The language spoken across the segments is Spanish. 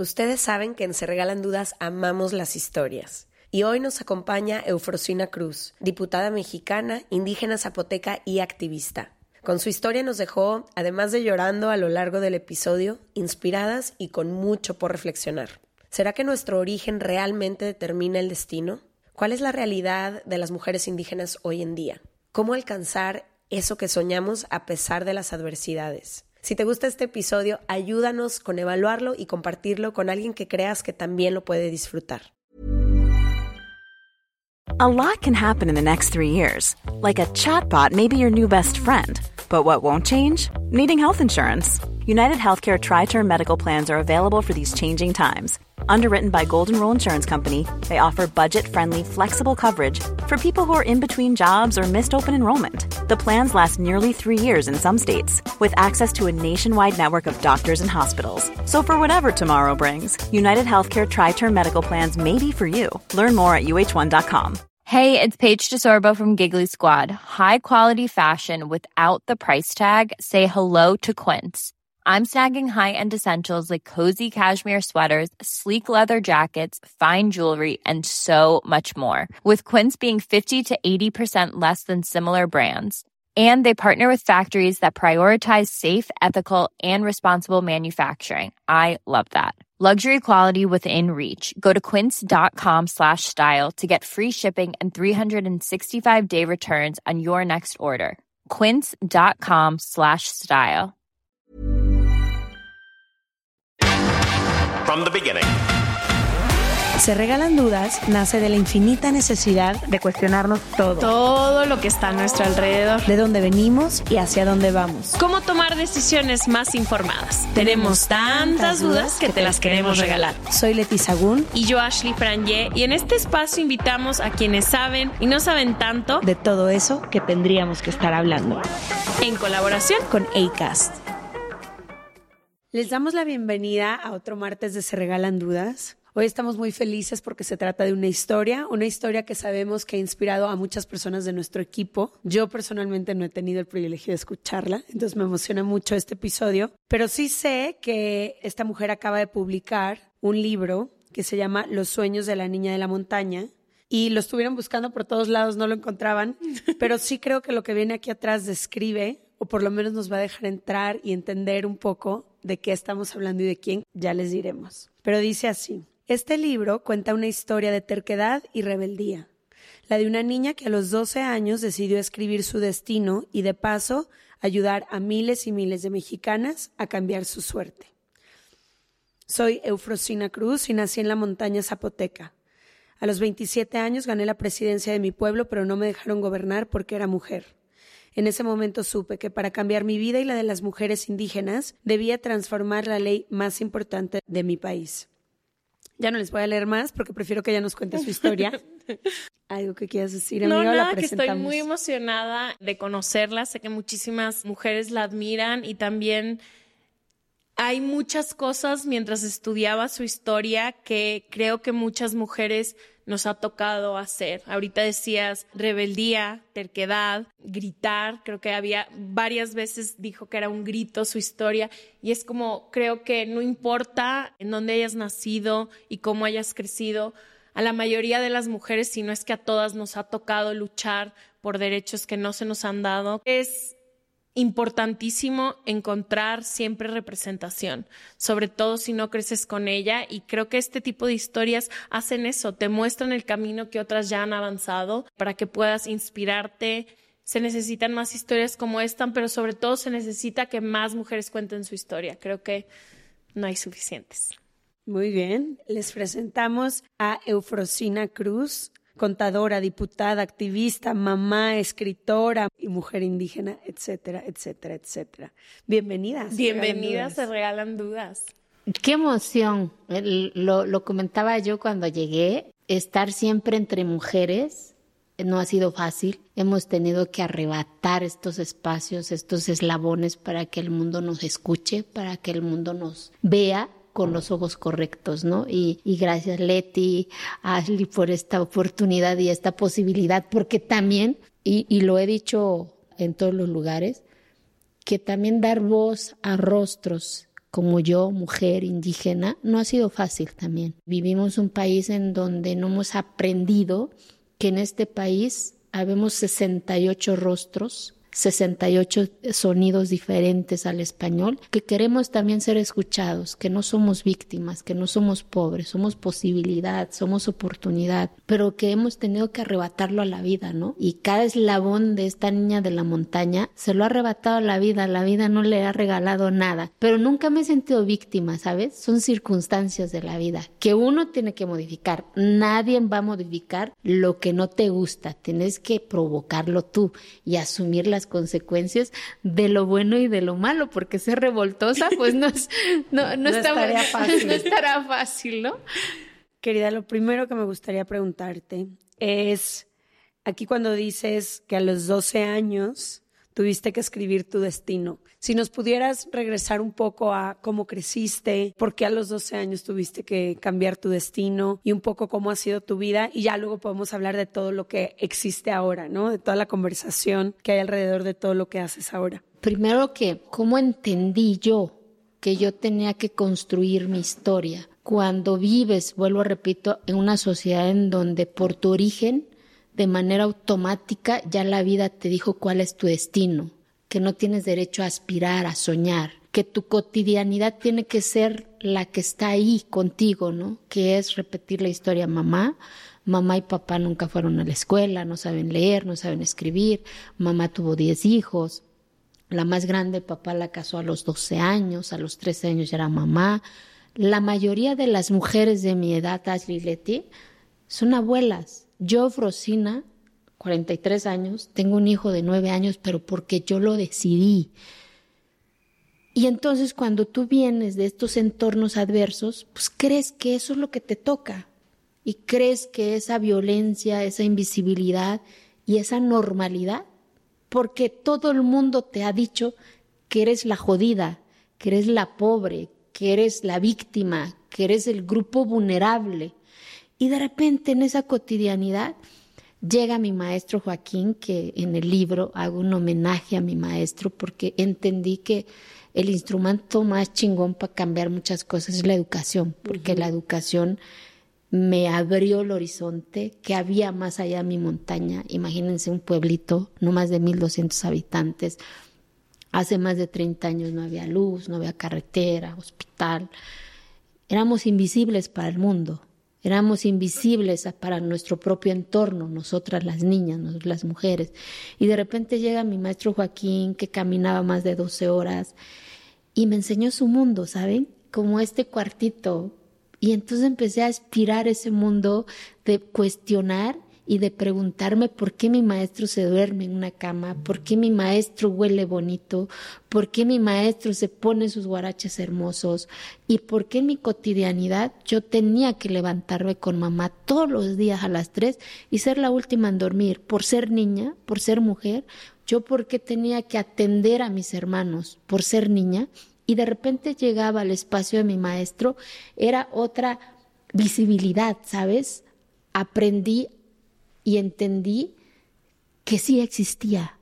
Ustedes saben que en Se Regalan Dudas amamos las historias. Y hoy nos acompaña Eufrosina Cruz, diputada mexicana, indígena zapoteca y activista. Con su historia nos dejó, además de llorando a lo largo del episodio, inspiradas y con mucho por reflexionar. ¿Será que nuestro origen realmente determina el destino? ¿Cuál es la realidad de las mujeres indígenas hoy en día? ¿Cómo alcanzar eso que soñamos a pesar de las adversidades? Si te gusta este episodio, ayúdanos con evaluarlo y compartirlo con alguien que creas que también lo puede disfrutar. A lot can happen in the next 3 years. Like a chatbot may be your new best friend. But what won't change? Needing health insurance. United Healthcare Tri-Term Medical Plans are available for these changing times. Underwritten by Golden Rule Insurance Company, they offer budget-friendly, flexible coverage for people who are in between jobs or missed open enrollment. The plans last nearly 3 years in some states, with access to a nationwide network of doctors and hospitals. So for whatever tomorrow brings, United Healthcare Tri-Term Medical Plans may be for you. Learn more at uh1.com. Hey, it's Paige DeSorbo from Giggly Squad. High quality fashion without the price tag. Say hello to Quince. I'm snagging high-end essentials like cozy cashmere sweaters, sleek leather jackets, fine jewelry, and so much more. With Quince being 50 to 80% less than similar brands. And they partner with factories that prioritize safe, ethical, and responsible manufacturing. I love that. Luxury quality within reach. Go to quince.com/style to get free shipping and 365-day returns on your next order. Quince.com/style. From the beginning. Se Regalan Dudas nace de la infinita necesidad de cuestionarnos todo lo que está a nuestro alrededor, de dónde venimos y hacia dónde vamos. cómo tomar decisiones más informadas. Tenemos tantas dudas que te las queremos regalar. Soy Leti Sagún Y yo, Ashley Franje, y en este espacio invitamos a quienes saben y no saben tanto, de todo eso que tendríamos que estar hablando. en colaboración Con Acast. Les damos la bienvenida a otro martes de Se Regalan Dudas. Hoy estamos muy felices porque se trata de una historia que sabemos que ha inspirado a muchas personas de nuestro equipo. Yo personalmente no he tenido el privilegio de escucharla, entonces me emociona mucho este episodio, pero sí sé que esta mujer acaba de publicar un libro que se llama Los sueños de la niña de la montaña y lo estuvieron buscando por todos lados, no lo encontraban, pero sí creo que lo que viene aquí atrás describe, o por lo menos nos va a dejar entrar y entender un poco de qué estamos hablando y de quién, ya les diremos. Pero dice así: este libro cuenta una historia de terquedad y rebeldía, la de una niña que a los 12 años decidió escribir su destino y de paso ayudar a miles y miles de mexicanas a cambiar su suerte. Soy Eufrosina Cruz y nací en la montaña zapoteca. A los 27 años gané la presidencia de mi pueblo, pero no me dejaron gobernar porque era mujer. En ese momento supe que para cambiar mi vida y la de las mujeres indígenas debía transformar la ley más importante de mi país. Ya no les voy a leer más porque prefiero que ella nos cuente su historia. ¿Algo que quieras decir, amiga? No, La nada, que presentamos. estoy muy emocionada de conocerla. Sé que muchísimas mujeres la admiran y también hay muchas cosas mientras estudiaba su historia que creo que muchas mujeres nos ha tocado hacer. Ahorita decías rebeldía, terquedad, gritar. Creo que había varias veces dijo que era un grito su historia y es como, creo que no importa en dónde hayas nacido y cómo hayas crecido, a la mayoría de las mujeres, si no es que a todas nos ha tocado luchar por derechos que no se nos han dado. Es importantísimo encontrar siempre representación, sobre todo si no creces con ella, y creo que este tipo de historias hacen eso, te muestran el camino que otras ya han avanzado para que puedas inspirarte. Se necesitan más historias como esta, pero sobre todo se necesita que más mujeres cuenten su historia. Creo que no hay suficientes. Muy bien, les presentamos a Eufrosina Cruz, contadora, diputada, activista, mamá, escritora y mujer indígena, etcétera, etcétera, etcétera. Bienvenidas. Bienvenidas, Se Regalan Dudas. Qué emoción. Lo comentaba yo cuando llegué. Estar siempre entre mujeres no ha sido fácil. Hemos tenido que arrebatar estos espacios, estos eslabones para que el mundo nos escuche, para que el mundo nos vea con los ojos correctos, ¿no? Y gracias, Leti, Ashley, por esta oportunidad y esta posibilidad, porque también, y lo he dicho en todos los lugares, que también dar voz a rostros como yo, mujer indígena, no ha sido fácil también. Vivimos un país en donde no hemos aprendido que en este país habemos 68 rostros, 68 sonidos diferentes al español, que queremos también ser escuchados, que no somos víctimas, que no somos pobres, somos posibilidad, somos oportunidad, pero que hemos tenido que arrebatarlo a la vida, ¿no? Y cada eslabón de esta niña de la montaña se lo ha arrebatado a la vida no le ha regalado nada, pero nunca me he sentido víctima, ¿sabes? Son circunstancias de la vida que uno tiene que modificar. Nadie va a modificar lo que no te gusta, tienes que provocarlo tú y asumir las consecuencias de lo bueno y de lo malo, porque ser revoltosa pues no estará fácil, ¿no? Querida, lo primero que me gustaría preguntarte es, aquí cuando dices que a los 12 años tuviste que escribir tu destino, si nos pudieras regresar un poco a cómo creciste, por qué a los 12 años tuviste que cambiar tu destino y un poco cómo ha sido tu vida, y ya luego podemos hablar de todo lo que existe ahora, ¿no? De toda la conversación que hay alrededor de todo lo que haces ahora. Primero ¿cómo entendí yo que yo tenía que construir mi historia? Cuando vives, vuelvo, repito, en una sociedad en donde por tu origen, de manera automática, ya la vida te dijo cuál es tu destino, que no tienes derecho a aspirar, a soñar, que tu cotidianidad tiene que ser la que está ahí contigo, ¿no? Que es repetir la historia. Mamá y papá nunca fueron a la escuela, no saben leer, no saben escribir. Mamá tuvo 10 hijos. La más grande, papá la casó a los 12 años, a los 13 años ya era mamá. La mayoría de las mujeres de mi edad, Ashley y Leti, son abuelas. Yo, Frosina, 43 años, tengo un hijo de 9 años, pero porque yo lo decidí. Y entonces cuando tú vienes de estos entornos adversos, pues crees que eso es lo que te toca. Y crees que esa violencia, esa invisibilidad y esa normalidad, porque todo el mundo te ha dicho que eres la jodida, que eres la pobre, que eres la víctima, que eres el grupo vulnerable. Y de repente en esa cotidianidad llega mi maestro Joaquín, que en el libro hago un homenaje a mi maestro porque entendí que el instrumento más chingón para cambiar muchas cosas es la educación, porque la educación me abrió el horizonte que había más allá de mi montaña. Imagínense un pueblito, no más de 1,200 habitantes. Hace más de 30 años no había luz, no había carretera, hospital. Éramos invisibles para el mundo. Éramos invisibles para nuestro propio entorno, nosotras las niñas, nosotras las mujeres. Y de repente llega mi maestro Joaquín, que caminaba más de 12 horas, y me enseñó su mundo, ¿saben? Como este cuartito. Y entonces empecé a aspirar ese mundo de cuestionar y de preguntarme por qué mi maestro se duerme en una cama, por qué mi maestro huele bonito, por qué mi maestro se pone sus guaraches hermosos y por qué en mi cotidianidad yo tenía que levantarme con mamá todos los días a las 3 y ser la última en dormir, por ser niña, por ser mujer. Yo por qué tenía que atender a mis hermanos por ser niña, y de repente llegaba al espacio de mi maestro, era otra visibilidad, ¿sabes? Aprendí y entendí que sí existía,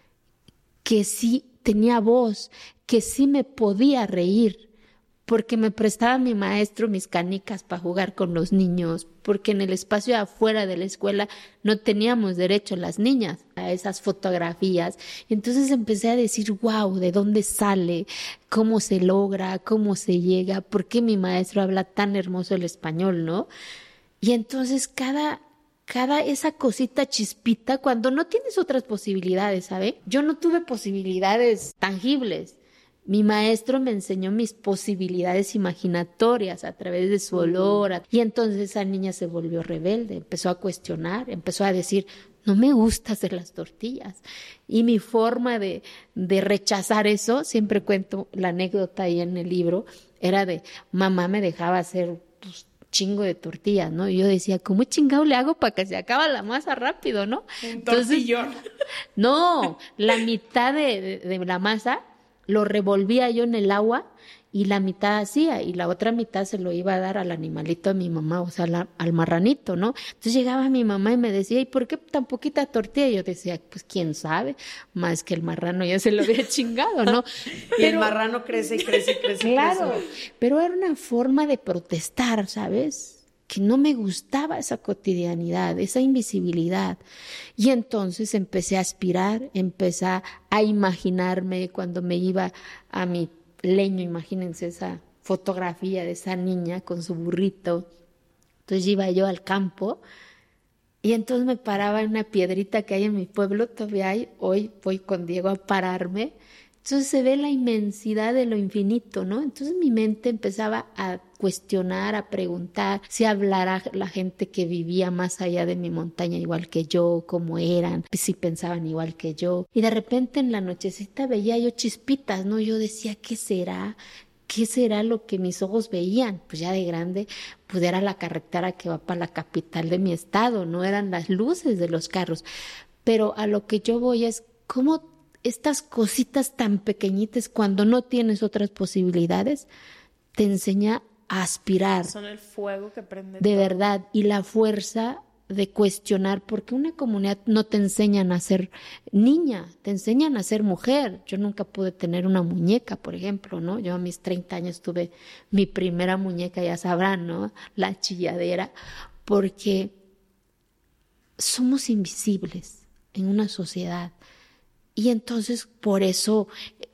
que sí tenía voz, que sí me podía reír, porque me prestaba mi maestro mis canicas para jugar con los niños, porque en el espacio afuera de la escuela no teníamos derecho las niñas a esas fotografías. Y entonces empecé a decir, wow, ¿de dónde sale? ¿Cómo se logra? ¿Cómo se llega? ¿Por qué mi maestro habla tan hermoso el español, no? Y entonces cada esa cosita chispita, cuando no tienes otras posibilidades, ¿sabe? Yo no tuve posibilidades tangibles. Mi maestro me enseñó mis posibilidades imaginatorias a través de su olor. Y entonces esa niña se volvió rebelde, empezó a cuestionar, empezó a decir, no me gusta hacer las tortillas. Y mi forma de rechazar eso, siempre cuento la anécdota ahí en el libro, era de mamá me dejaba hacer chingo de tortillas, ¿no? Y yo decía, ¿cómo chingado le hago para que se acabe la masa rápido, no? Tortillón. No, la mitad de la masa lo revolvía yo en el agua y la mitad hacía, y la otra mitad se lo iba a dar al animalito de mi mamá, o sea, al marranito, ¿no? Entonces llegaba mi mamá y me decía, ¿y por qué tan poquita tortilla? Y yo decía, pues quién sabe, más que el marrano ya se lo había chingado, ¿no? Y el marrano crece y crece y crece. Claro, pero era una forma de protestar, ¿sabes? Que no me gustaba esa cotidianidad, esa invisibilidad. Y entonces empecé a aspirar, empecé a imaginarme cuando me iba a mi leño, imagínense esa fotografía de esa niña con su burrito. Entonces iba yo al campo y entonces me paraba en una piedrita que hay en mi pueblo, todavía hay, hoy voy con Diego a pararme. Entonces se ve la inmensidad de lo infinito, ¿no? Entonces mi mente empezaba a cuestionar, a preguntar si hablara la gente que vivía más allá de mi montaña igual que yo, cómo eran, si pensaban igual que yo. Y de repente en la nochecita veía yo chispitas, ¿no? Yo decía, ¿qué será? ¿Qué será lo que mis ojos veían? Pues ya de grande, pues era la carretera que va para la capital de mi estado, no eran las luces de los carros. Pero a lo que yo voy es cómo estas cositas tan pequeñitas, cuando no tienes otras posibilidades, te enseña a aspirar. Son el fuego que prende de todo. verdad, y la fuerza de cuestionar, porque una comunidad no te enseñan a ser niña, te enseñan a ser mujer. Yo nunca pude tener una muñeca, por ejemplo, ¿no? Yo a mis 30 años tuve mi primera muñeca, ya sabrán, ¿no? La chilladera, porque somos invisibles en una sociedad. Y entonces, por eso,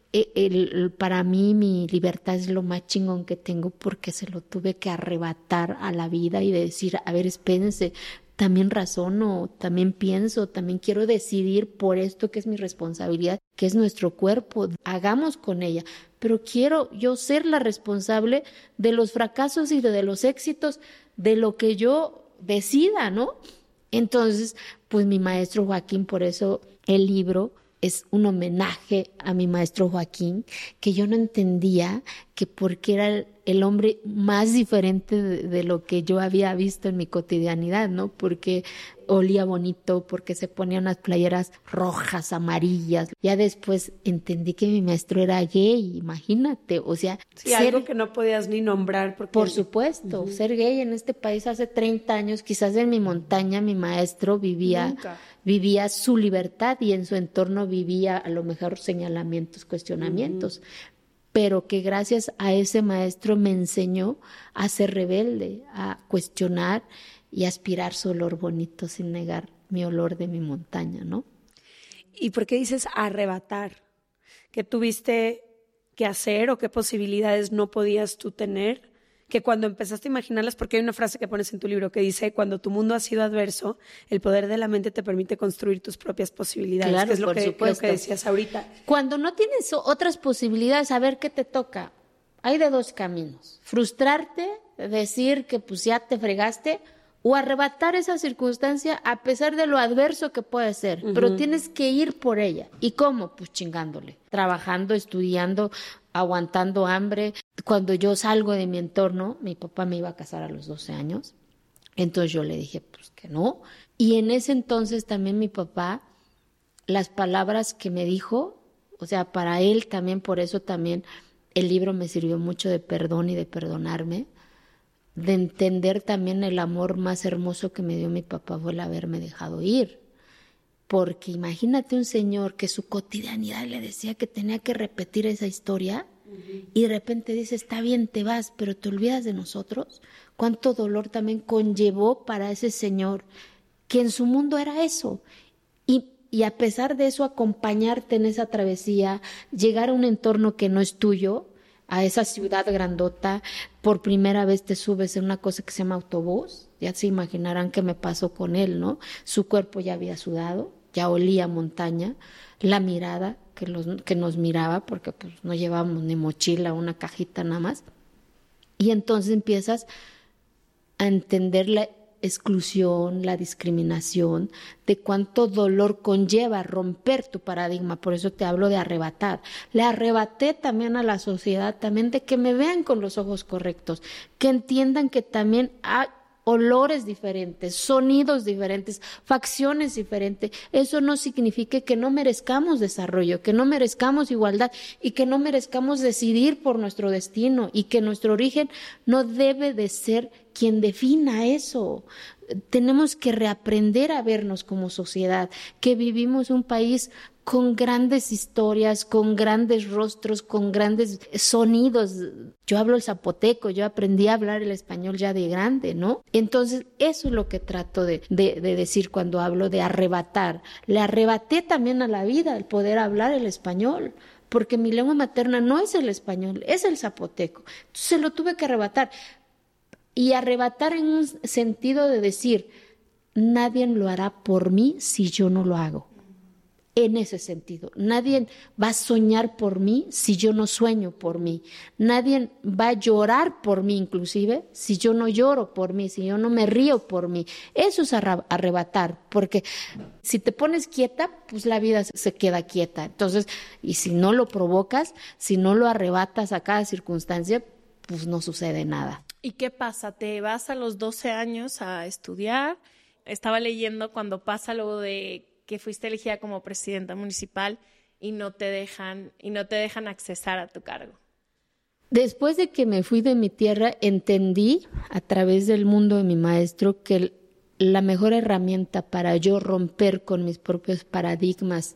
para mí, mi libertad es lo más chingón que tengo, porque se lo tuve que arrebatar a la vida y de decir, a ver, espérense, también razono, también pienso, también quiero decidir por esto que es mi responsabilidad, que es nuestro cuerpo, hagamos con ella. Pero quiero yo ser la responsable de los fracasos y de los éxitos, de lo que yo decida, ¿no? Entonces, pues mi maestro Joaquín, por eso el libro es un homenaje a mi maestro Joaquín, que yo no entendía que porque era el hombre más diferente de lo que yo había visto en mi cotidianidad, ¿no? Porque olía bonito, porque se ponía unas playeras rojas, amarillas. Ya después entendí que mi maestro era gay, imagínate, o sea... Sí, algo que no podías ni nombrar. Porque... Por supuesto, ser gay en este país hace 30 años, quizás en mi montaña mi maestro vivía su libertad y en su entorno vivía a lo mejor señalamientos, cuestionamientos. Pero que gracias a ese maestro me enseñó a ser rebelde, a cuestionar y aspirar su olor bonito sin negar mi olor de mi montaña, ¿no? ¿Y por qué dices arrebatar? ¿Qué tuviste que hacer o qué posibilidades no podías tú tener? Que cuando empezaste a imaginarlas, porque hay una frase que pones en tu libro que dice, cuando tu mundo ha sido adverso, el poder de la mente te permite construir tus propias posibilidades, claro, que es lo que creo que decías ahorita. Cuando no tienes otras posibilidades, a ver qué te toca. Hay de dos caminos. Frustrarte, decir que pues ya te fregaste, o arrebatar esa circunstancia a pesar de lo adverso que puede ser, pero tienes que ir por ella. ¿Y cómo? Pues chingándole, trabajando, estudiando, aguantando hambre. Cuando yo salgo de mi entorno, mi papá me iba a casar a los 12 años, entonces yo le dije pues que no, y en ese entonces también mi papá, las palabras que me dijo, o sea, para él también, por eso también el libro me sirvió mucho de perdón y de perdonarme, de entender también el amor más hermoso que me dio mi papá fue el haberme dejado ir. Porque imagínate un señor que su cotidianidad le decía que tenía que repetir esa historia y de repente dice, está bien, te vas, pero te olvidas de nosotros. Cuánto dolor también conllevó para ese señor, que en su mundo era eso. Y a pesar de eso, acompañarte en esa travesía, llegar a un entorno que no es tuyo, a esa ciudad grandota, por primera vez te subes en una cosa que se llama autobús, ya se imaginarán qué me pasó con él, ¿no? Su cuerpo ya había sudado, ya olía montaña, la mirada que nos miraba, porque pues no llevábamos ni mochila, una cajita nada más, y entonces empiezas a entender la exclusión, la discriminación, de cuánto dolor conlleva romper tu paradigma. Por eso te hablo de arrebatar. Le arrebaté también a la sociedad, también de que me vean con los ojos correctos, que entiendan que también olores diferentes, sonidos diferentes, facciones diferentes. Eso no significa que no merezcamos desarrollo, que no merezcamos igualdad y que no merezcamos decidir por nuestro destino y que nuestro origen no debe de ser quien defina eso. Tenemos que reaprender a vernos como sociedad, que vivimos un país con grandes historias, con grandes rostros, con grandes sonidos. Yo hablo el zapoteco, yo aprendí a hablar el español ya de grande, ¿no? Entonces, eso es lo que trato de decir cuando hablo de arrebatar. Le arrebaté también a la vida el poder hablar el español, porque mi lengua materna no es el español, es el zapoteco. Entonces, lo tuve que arrebatar. Y arrebatar en un sentido de decir, nadie lo hará por mí si yo no lo hago. En ese sentido, nadie va a soñar por mí si yo no sueño por mí. Nadie va a llorar por mí inclusive si yo no lloro por mí, si yo no me río por mí. Eso es arrebatar, porque si te pones quieta, pues la vida se queda quieta. Entonces, y si no lo provocas, si no lo arrebatas a cada circunstancia, pues no sucede nada. ¿Y qué pasa? ¿Te vas a los 12 años a estudiar? Estaba leyendo cuando pasa luego de que fuiste elegida como presidenta municipal y no te dejan accesar a tu cargo. Después de que me fui de mi tierra, entendí a través del mundo de mi maestro que la mejor herramienta para yo romper con mis propios paradigmas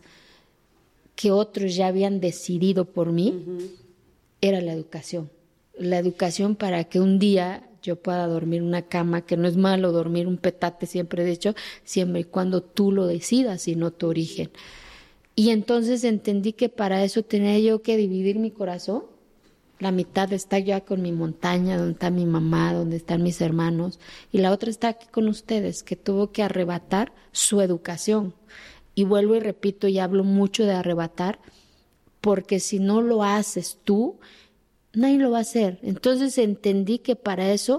que otros ya habían decidido por mí era la educación. La educación para que un día yo pueda dormir en una cama, que no es malo dormir un petate, siempre he dicho, siempre y cuando tú lo decidas y no tu origen. Y entonces entendí que para eso tenía yo que dividir mi corazón. La mitad está ya con mi montaña, donde está mi mamá, donde están mis hermanos, y la otra está aquí con ustedes, que tuvo que arrebatar su educación. Y vuelvo y repito, y hablo mucho de arrebatar, porque si no lo haces tú, nadie lo va a hacer. Entonces entendí que para eso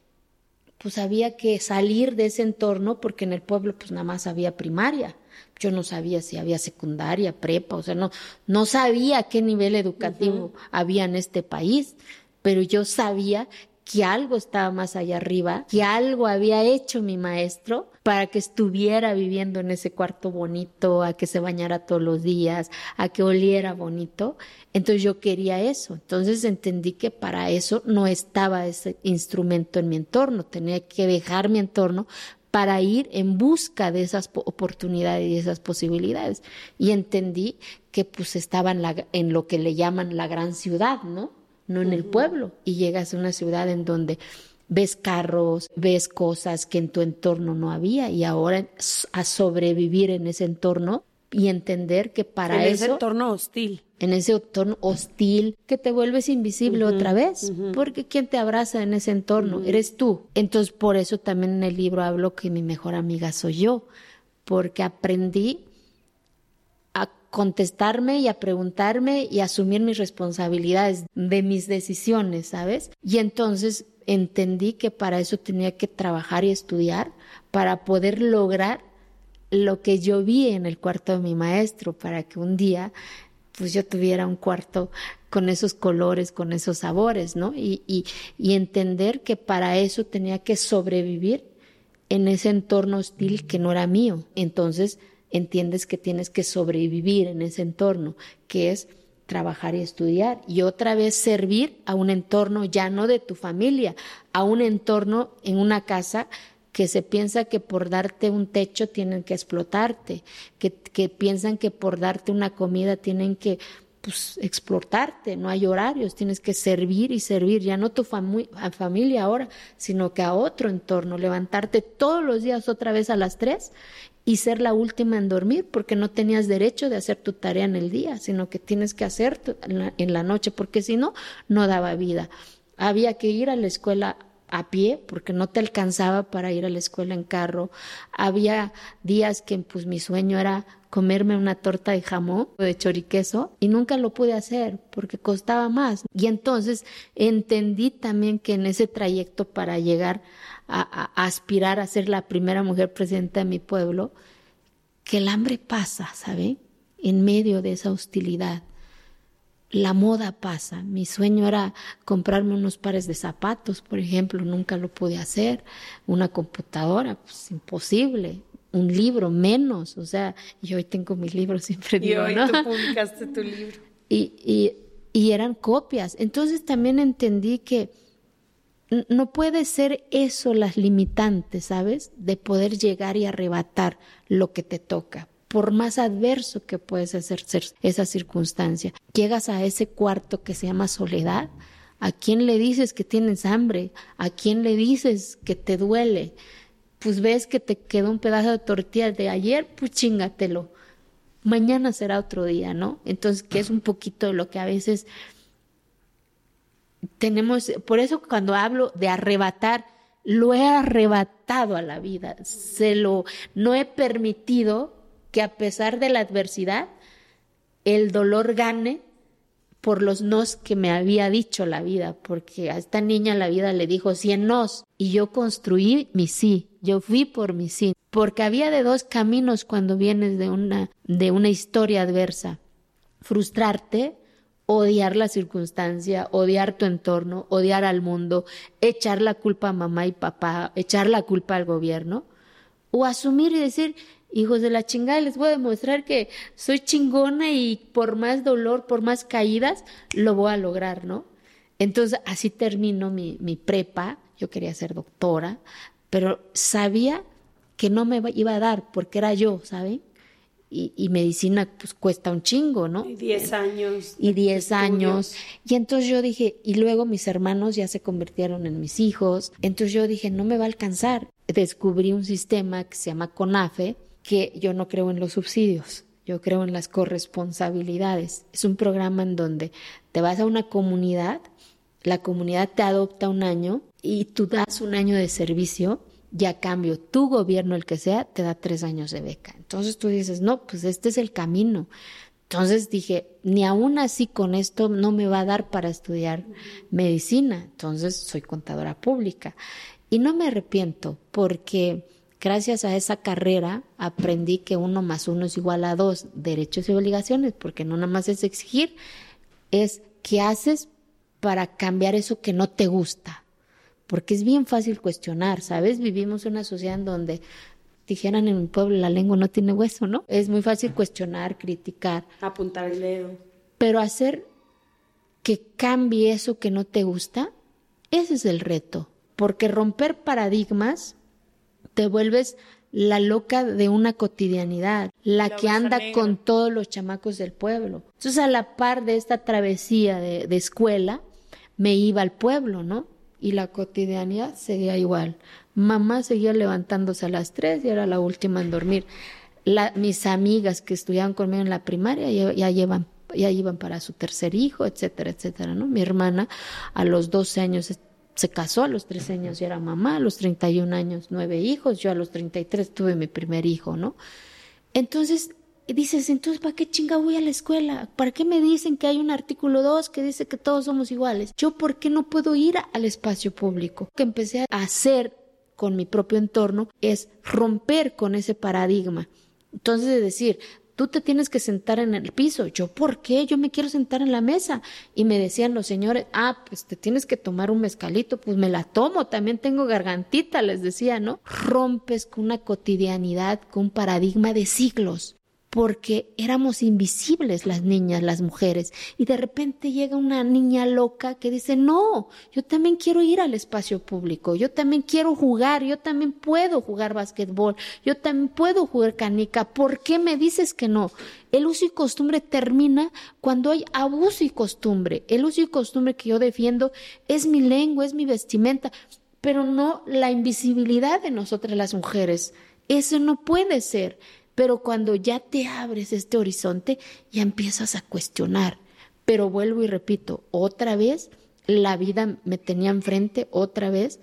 pues había que salir de ese entorno, porque en el pueblo pues nada más había primaria. Yo no sabía si había secundaria, prepa, o sea, no sabía qué nivel educativo había en este país, pero yo sabía que algo estaba más allá arriba, que algo había hecho mi maestro para que estuviera viviendo en ese cuarto bonito, a que se bañara todos los días, a que oliera bonito. Entonces yo quería eso. Entonces entendí que para eso no estaba ese instrumento en mi entorno. Tenía que dejar mi entorno para ir en busca de esas oportunidades y esas posibilidades. Y entendí que pues estaba en lo que le llaman la gran ciudad, ¿no? No en el pueblo, y llegas a una ciudad en donde ves carros, ves cosas que en tu entorno no había, y ahora a sobrevivir en ese entorno y entender que para eso... En ese entorno hostil. En ese entorno hostil, que te vuelves invisible otra vez, porque ¿quién te abraza en ese entorno? Eres tú. Entonces por eso también en el libro hablo que mi mejor amiga soy yo, porque aprendí a contestarme y a preguntarme y a asumir mis responsabilidades de mis decisiones, ¿sabes? Y entonces entendí que para eso tenía que trabajar y estudiar para poder lograr lo que yo vi en el cuarto de mi maestro, para que un día pues yo tuviera un cuarto con esos colores, con esos sabores, ¿no? Y entender que para eso tenía que sobrevivir en ese entorno hostil que no era mío. Entonces entiendes que tienes que sobrevivir en ese entorno, que es trabajar y estudiar, y otra vez servir a un entorno ya no de tu familia, a un entorno en una casa que se piensa que por darte un techo tienen que explotarte, que piensan que por darte una comida tienen que pues explotarte, no hay horarios, tienes que servir y servir, ya no tu familia ahora, sino que a otro entorno, levantarte todos los días otra vez a las 3 y ser la última en dormir, porque no tenías derecho de hacer tu tarea en el día, sino que tienes que hacer en la noche, porque si no, no daba vida. Había que ir a la escuela a pie, porque no te alcanzaba para ir a la escuela en carro. Había días que pues mi sueño era comerme una torta de jamón o de choriqueso, y nunca lo pude hacer porque costaba más. Y entonces entendí también que en ese trayecto para llegar a aspirar a ser la primera mujer presidenta de mi pueblo, que el hambre pasa, ¿sabe? En medio de esa hostilidad. la moda pasa. Mi sueño era comprarme unos pares de zapatos, por ejemplo, nunca lo pude hacer. Una computadora, pues imposible. Un libro, menos. O sea, yo hoy tengo mis libros, siempre digo, y hoy ¿no? tú publicaste tu libro. Y eran copias. Entonces también entendí que no puede ser eso las limitantes, ¿sabes? De poder llegar y arrebatar lo que te toca, por más adverso que puedes hacer esa circunstancia. Llegas a ese cuarto que se llama soledad. ¿A quién le dices que tienes hambre? ¿A quién le dices que te duele? Pues ves que te quedó un pedazo de tortilla de ayer, pues chingatelo. Mañana será otro día, ¿no? Entonces, que es un poquito lo que a veces tenemos. Por eso cuando hablo de arrebatar, lo he arrebatado a la vida. No he permitido que a pesar de la adversidad, el dolor gane por los nos que me había dicho la vida, porque a esta niña la vida le dijo 100 nos, y yo construí mi sí, yo fui por mi sí, porque había de dos caminos cuando vienes de una historia adversa: frustrarte, odiar la circunstancia, odiar tu entorno, odiar al mundo, echar la culpa a mamá y papá, echar la culpa al gobierno, o asumir y decir: hijos de la chingada, les voy a demostrar que soy chingona y por más dolor, por más caídas, lo voy a lograr, ¿no? Entonces, así terminó mi prepa. Yo quería ser doctora, pero sabía que no me iba a dar porque era yo, ¿saben? Y medicina, pues, cuesta un chingo, ¿no? Y 10 años. Y 10 años. Y entonces yo dije, y luego mis hermanos ya se convirtieron en mis hijos. Entonces yo dije, no me va a alcanzar. Descubrí un sistema que se llama CONAFE, que yo no creo en los subsidios, yo creo en las corresponsabilidades. Es un programa en donde te vas a una comunidad, la comunidad te adopta un año y tú das un año de servicio, y a cambio tu gobierno, el que sea, te da 3 años de beca. Entonces tú dices, no, pues este es el camino. Entonces dije, ni aún así con esto no me va a dar para estudiar medicina. Entonces soy contadora pública. Y no me arrepiento, porque gracias a esa carrera aprendí que 1 más 1 es igual a 2, derechos y obligaciones, porque no nada más es exigir, es qué haces para cambiar eso que no te gusta. Porque es bien fácil cuestionar, ¿sabes? Vivimos en una sociedad en donde, dijeran en mi pueblo, la lengua no tiene hueso, ¿no? Es muy fácil cuestionar, criticar. Apuntar el dedo. Pero hacer que cambie eso que no te gusta, ese es el reto. Porque romper paradigmas, te vuelves la loca de una cotidianidad, la que anda con todos los chamacos del pueblo. Entonces, a la par de esta travesía de escuela, me iba al pueblo, ¿no? Y la cotidianidad seguía igual. Mamá seguía levantándose a las 3 y era la última en dormir. Mis amigas que estudiaban conmigo en la primaria ya iban para su 3er hijo, etcétera, etcétera, ¿no? Mi hermana a los 12 años se casó, a los 13 años ya era mamá, a los 31 años 9 hijos, yo a los 33 tuve mi primer hijo, ¿no? Entonces dices, entonces, ¿para qué chinga voy a la escuela? ¿Para qué me dicen que hay un artículo 2 que dice que todos somos iguales? ¿Yo por qué no puedo ir al espacio público? Lo que empecé a hacer con mi propio entorno es romper con ese paradigma. Entonces, es decir, tú te tienes que sentar en el piso. ¿Yo por qué? Yo me quiero sentar en la mesa. Y me decían los señores, pues te tienes que tomar un mezcalito. Pues me la tomo, también tengo gargantita, les decía, ¿no? Rompes con una cotidianidad, con un paradigma de siglos. Porque éramos invisibles las niñas, las mujeres, y de repente llega una niña loca que dice, no, yo también quiero ir al espacio público, yo también quiero jugar, yo también puedo jugar basquetbol, yo también puedo jugar canica, ¿por qué me dices que no? El uso y costumbre termina cuando hay abuso y costumbre. El uso y costumbre que yo defiendo es mi lengua, es mi vestimenta, pero no la invisibilidad de nosotras las mujeres. Eso no puede ser. Pero cuando ya te abres este horizonte, ya empiezas a cuestionar. Pero vuelvo y repito, otra vez la vida me tenía enfrente, otra vez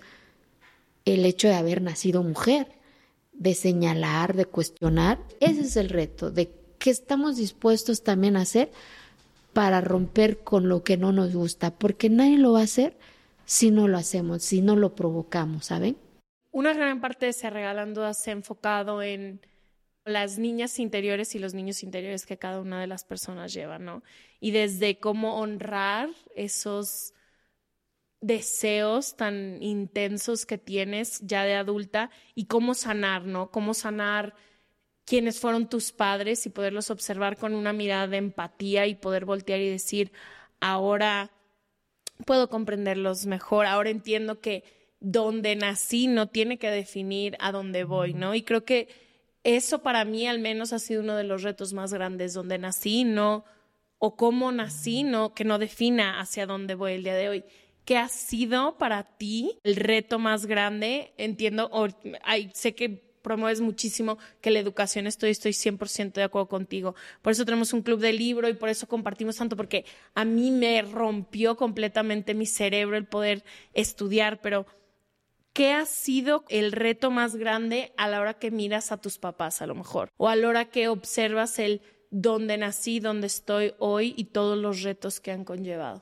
el hecho de haber nacido mujer, de señalar, de cuestionar. Ese es el reto, de qué estamos dispuestos también a hacer para romper con lo que no nos gusta, porque nadie lo va a hacer si no lo hacemos, si no lo provocamos, ¿saben? Una gran parte de Se Regalan Dudas se ha enfocado en las niñas interiores y los niños interiores que cada una de las personas lleva, ¿no? Y desde cómo honrar esos deseos tan intensos que tienes ya de adulta y cómo sanar, ¿no? Cómo sanar quiénes fueron tus padres y poderlos observar con una mirada de empatía y poder voltear y decir, ahora puedo comprenderlos mejor, ahora entiendo que donde nací no tiene que definir a dónde voy, ¿no? Y creo que eso para mí al menos ha sido uno de los retos más grandes, donde nací, no, o cómo nací, no, que no defina hacia dónde voy el día de hoy. ¿Qué ha sido para ti el reto más grande? Entiendo, sé que promueves muchísimo que la educación, estoy 100% de acuerdo contigo. Por eso tenemos un club de libro y por eso compartimos tanto, porque a mí me rompió completamente mi cerebro el poder estudiar, pero ¿qué ha sido el reto más grande a la hora que miras a tus papás a lo mejor? O a la hora que observas el dónde nací, dónde estoy hoy y todos los retos que han conllevado.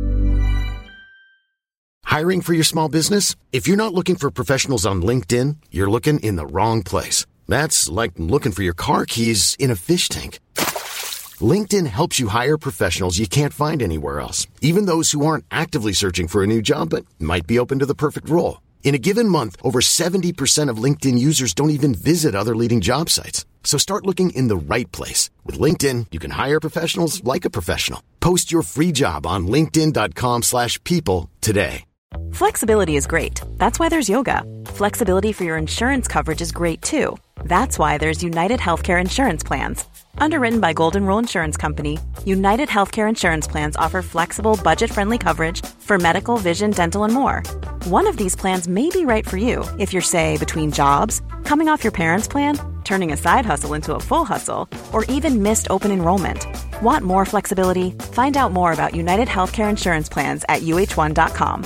Hiring for your small business? If you're not looking for professionals on LinkedIn, you're looking in the wrong place. That's like looking for your car keys in a fish tank. LinkedIn helps you hire professionals you can't find anywhere else, even those who aren't actively searching for a new job but might be open to the perfect role. In a given month, over 70% of LinkedIn users don't even visit other leading job sites. So start looking in the right place. With LinkedIn, you can hire professionals like a professional. Post your free job on linkedin.com/people today. Flexibility is great. That's why there's yoga. Flexibility for your insurance coverage is great too. That's why there's United Healthcare Insurance Plans. Underwritten by Golden Rule Insurance Company, United Healthcare Insurance Plans offer flexible, budget-friendly coverage for medical, vision, dental, and more. One of these plans may be right for you if you're, say, between jobs, coming off your parents' plan, turning a side hustle into a full hustle, or even missed open enrollment. Want more flexibility? Find out more about United Healthcare Insurance Plans at uh1.com.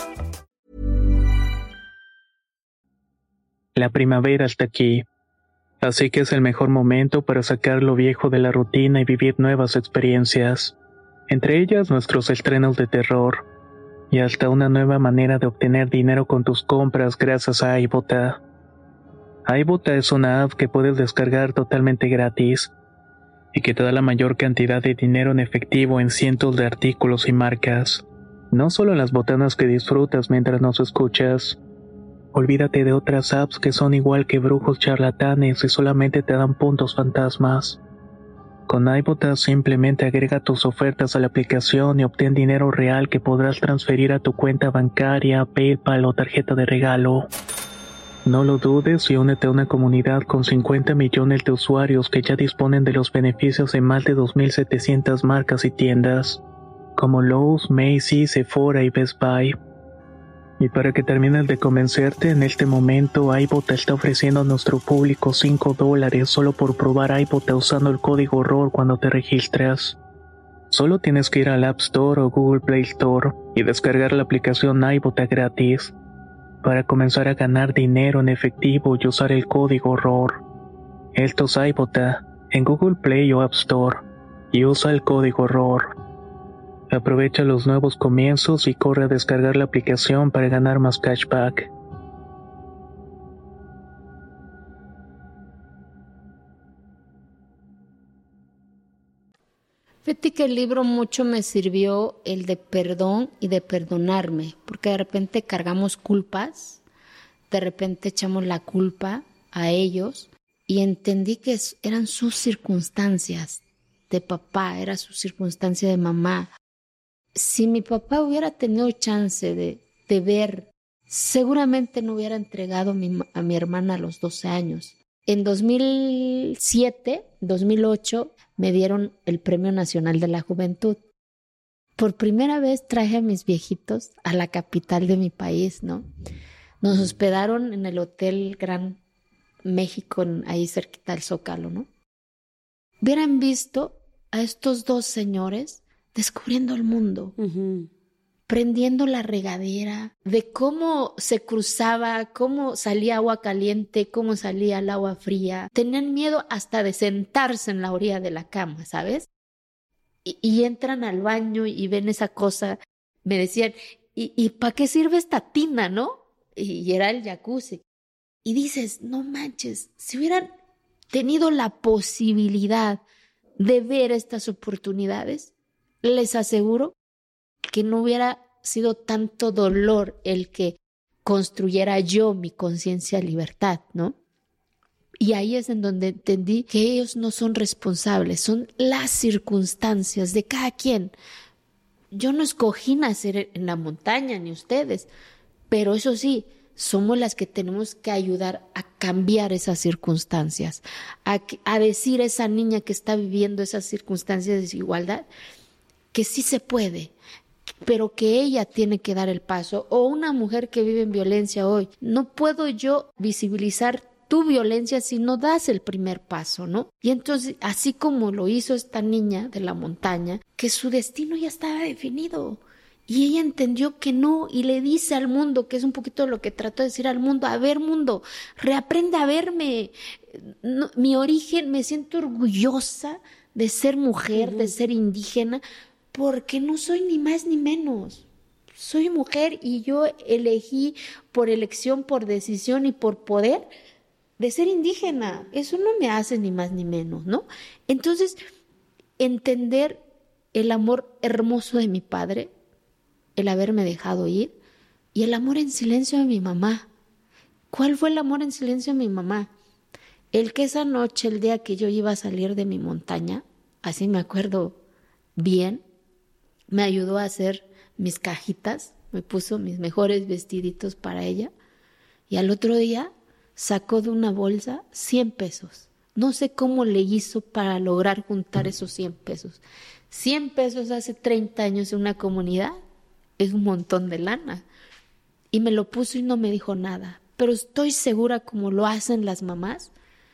La primavera está aquí, así que es el mejor momento para sacar lo viejo de la rutina y vivir nuevas experiencias, entre ellas nuestros estrenos de terror, y hasta una nueva manera de obtener dinero con tus compras gracias a iBota. iBota es una app que puedes descargar totalmente gratis, y que te da la mayor cantidad de dinero en efectivo en cientos de artículos y marcas, no solo las botanas que disfrutas mientras nos escuchas. Olvídate de otras apps que son igual que brujos charlatanes y solamente te dan puntos fantasmas. Con iBota simplemente agrega tus ofertas a la aplicación y obtén dinero real que podrás transferir a tu cuenta bancaria, PayPal o tarjeta de regalo. No lo dudes y únete a una comunidad con 50 millones de usuarios que ya disponen de los beneficios de más de 2.700 marcas y tiendas, como Lowe's, Macy's, Sephora y Best Buy. Y para que termines de convencerte, en este momento iBota está ofreciendo a nuestro público $5 solo por probar iBota usando el código ROR cuando te registras. Solo tienes que ir al App Store o Google Play Store y descargar la aplicación iBota gratis para comenzar a ganar dinero en efectivo y usar el código ROR. Esto es iBota en Google Play o App Store y usa el código ROR. Aprovecha los nuevos comienzos y corre a descargar la aplicación para ganar más cashback. Fíjate que el libro mucho me sirvió el de perdón y de perdonarme, porque de repente cargamos culpas, de repente echamos la culpa a ellos y entendí que eran sus circunstancias de papá, era su circunstancia de mamá. Si mi papá hubiera tenido chance de ver, seguramente no hubiera entregado a mi hermana a los 12 años. En 2007, 2008, me dieron el Premio Nacional de la Juventud. Por primera vez traje a mis viejitos a la capital de mi país, ¿no? Nos hospedaron en el Hotel Gran México, ahí cerquita del Zócalo, ¿no? Hubieran visto a estos dos señores descubriendo el mundo, prendiendo la regadera, de cómo se cruzaba, cómo salía agua caliente, cómo salía el agua fría. Tenían miedo hasta de sentarse en la orilla de la cama, ¿sabes? Y entran al baño y ven esa cosa. Me decían, ¿y para qué sirve esta tina, no? Y era el jacuzzi. Y dices, no manches, si hubieran tenido la posibilidad de ver estas oportunidades, les aseguro que no hubiera sido tanto dolor el que construyera yo mi conciencia de libertad, ¿no? Y ahí es en donde entendí que ellos no son responsables, son las circunstancias de cada quien. Yo no escogí nacer en la montaña, ni ustedes, pero eso sí, somos las que tenemos que ayudar a cambiar esas circunstancias, a decir a esa niña que está viviendo esas circunstancias de desigualdad que sí se puede, pero que ella tiene que dar el paso. O una mujer que vive en violencia hoy, no puedo yo visibilizar tu violencia si no das el primer paso, ¿no? Y entonces, así como lo hizo esta niña de la montaña, que su destino ya estaba definido, y ella entendió que no, y le dice al mundo, que es un poquito lo que trató de decir al mundo: a ver, mundo, reaprende a verme, no, mi origen, me siento orgullosa de ser mujer, de ser indígena, porque no soy ni más ni menos. Soy mujer y yo elegí por elección, por decisión y por poder de ser indígena. Eso no me hace ni más ni menos, ¿no? Entonces, entender el amor hermoso de mi padre, el haberme dejado ir, y el amor en silencio de mi mamá. ¿Cuál fue el amor en silencio de mi mamá? El que esa noche, el día que yo iba a salir de mi montaña, así me acuerdo bien, me ayudó a hacer mis cajitas, me puso mis mejores vestiditos para ella, y al otro día sacó de una bolsa 100 pesos. No sé cómo le hizo para lograr juntar esos 100 pesos. 100 pesos hace 30 años en una comunidad es un montón de lana. Y me lo puso y no me dijo nada. Pero estoy segura, como lo hacen las mamás,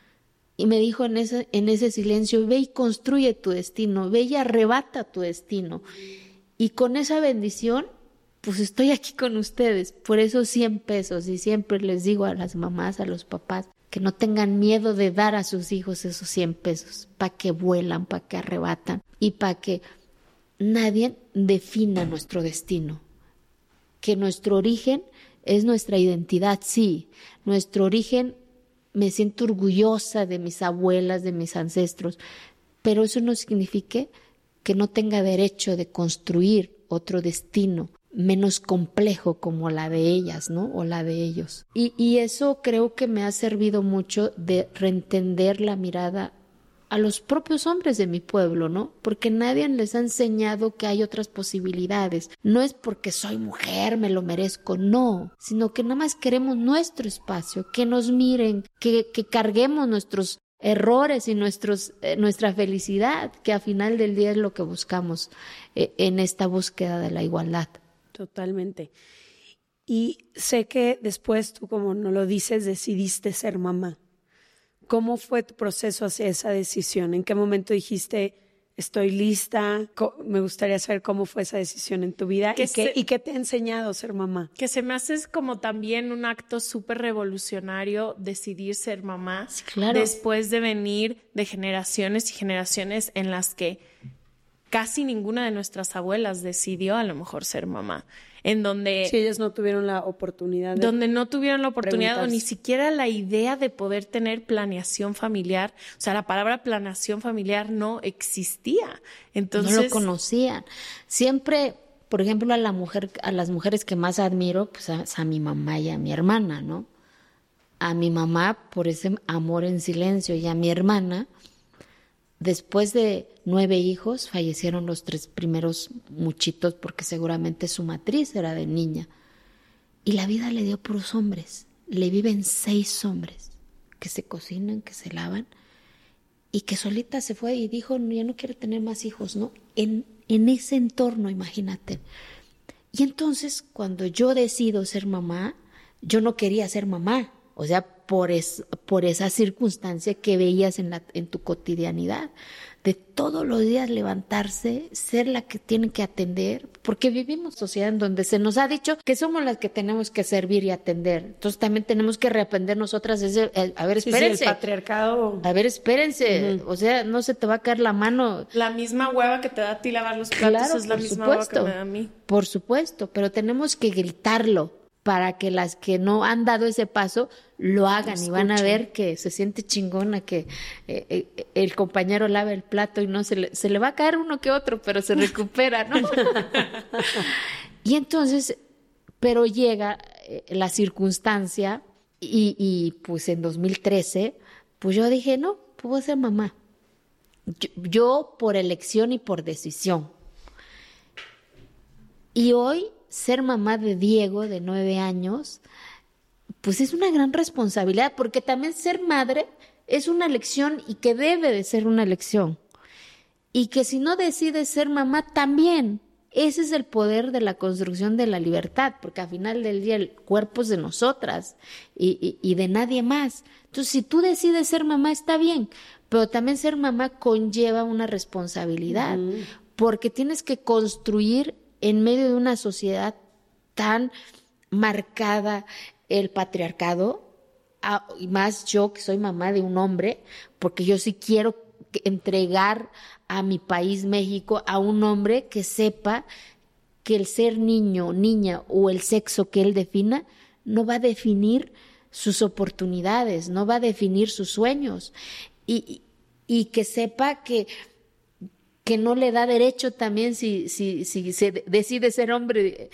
y me dijo en ese silencio: ve y construye tu destino, ve y arrebata tu destino. Y con esa bendición, pues estoy aquí con ustedes, por esos 100 pesos. Y siempre les digo a las mamás, a los papás, que no tengan miedo de dar a sus hijos esos 100 pesos, para que vuelan, para que arrebatan y para que nadie defina nuestro destino. Que nuestro origen es nuestra identidad, sí. Nuestro origen, me siento orgullosa de mis abuelas, de mis ancestros, pero eso no significa que no tenga derecho de construir otro destino menos complejo como la de ellas, ¿no? O la de ellos. Y eso creo que me ha servido mucho de reentender la mirada a los propios hombres de mi pueblo, ¿no? Porque nadie les ha enseñado que hay otras posibilidades. No es porque soy mujer, me lo merezco, no, sino que nada más queremos nuestro espacio, que nos miren, que carguemos nuestros errores y nuestra felicidad, que al final del día es lo que buscamos en esta búsqueda de la igualdad. Totalmente. Y sé que después tú, como no lo dices, decidiste ser mamá. ¿Cómo fue tu proceso hacia esa decisión? ¿En qué momento dijiste, estoy lista? Me gustaría saber cómo fue esa decisión en tu vida y qué te ha enseñado ser mamá. Que se me hace como también un acto súper revolucionario decidir ser mamá. Sí, claro. Después de venir de generaciones y generaciones en las que casi ninguna de nuestras abuelas decidió a lo mejor ser mamá. En donde... Sí, ellas no tuvieron la oportunidad. Donde no tuvieron la oportunidad o ni siquiera la idea de poder tener planeación familiar. O sea, la palabra planeación familiar no existía. Entonces... No lo conocían. Siempre, por ejemplo, a las mujeres que más admiro, pues a mi mamá y a mi hermana, ¿no? A mi mamá por ese amor en silencio, y a mi hermana, después de 9 hijos, fallecieron los 3 primeros muchitos porque seguramente su matriz era de niña. Y la vida le dio puros hombres. Le viven 6 hombres que se cocinan, que se lavan, y que solita se fue y dijo, ya no quiero tener más hijos, ¿no? En ese entorno, imagínate. Y entonces, cuando yo decido ser mamá, yo no quería ser mamá. O sea, por esa circunstancia que veías en tu cotidianidad, de todos los días levantarse, ser la que tiene que atender, porque vivimos en sociedad en donde se nos ha dicho que somos las que tenemos que servir y atender. Entonces también tenemos que reaprender nosotras a ver, espérense. Sí, el patriarcado. A ver, espérense. O sea, no se te va a caer la mano. La misma hueva que te da a ti lavar los platos, claro, es la misma hueva que me da a mí. Por supuesto, pero tenemos que gritarlo. para que las que no han dado ese paso lo hagan y van a ver que se siente chingona, que el compañero lava el plato y no se le va a caer uno que otro, pero se recupera, ¿no? Y entonces, pero llega la circunstancia y pues en 2013, pues yo dije, no, pues voy a ser mamá. Yo por elección y por decisión. Y hoy ser mamá de Diego, de 9 años, pues es una gran responsabilidad, porque también ser madre es una elección y que debe de ser una elección. Y que si no decides ser mamá, también. Ese es el poder de la construcción de la libertad, porque al final del día el cuerpo es de nosotras y de nadie más. Entonces, si tú decides ser mamá, está bien, pero también ser mamá conlleva una responsabilidad, porque tienes que construir en medio de una sociedad tan marcada el patriarcado, y más yo que soy mamá de un hombre, porque yo sí quiero entregar a mi país, México, a un hombre que sepa que el ser niño, niña o el sexo que él defina no va a definir sus oportunidades, no va a definir sus sueños, y que sepa que no le da derecho también si se decide ser hombre,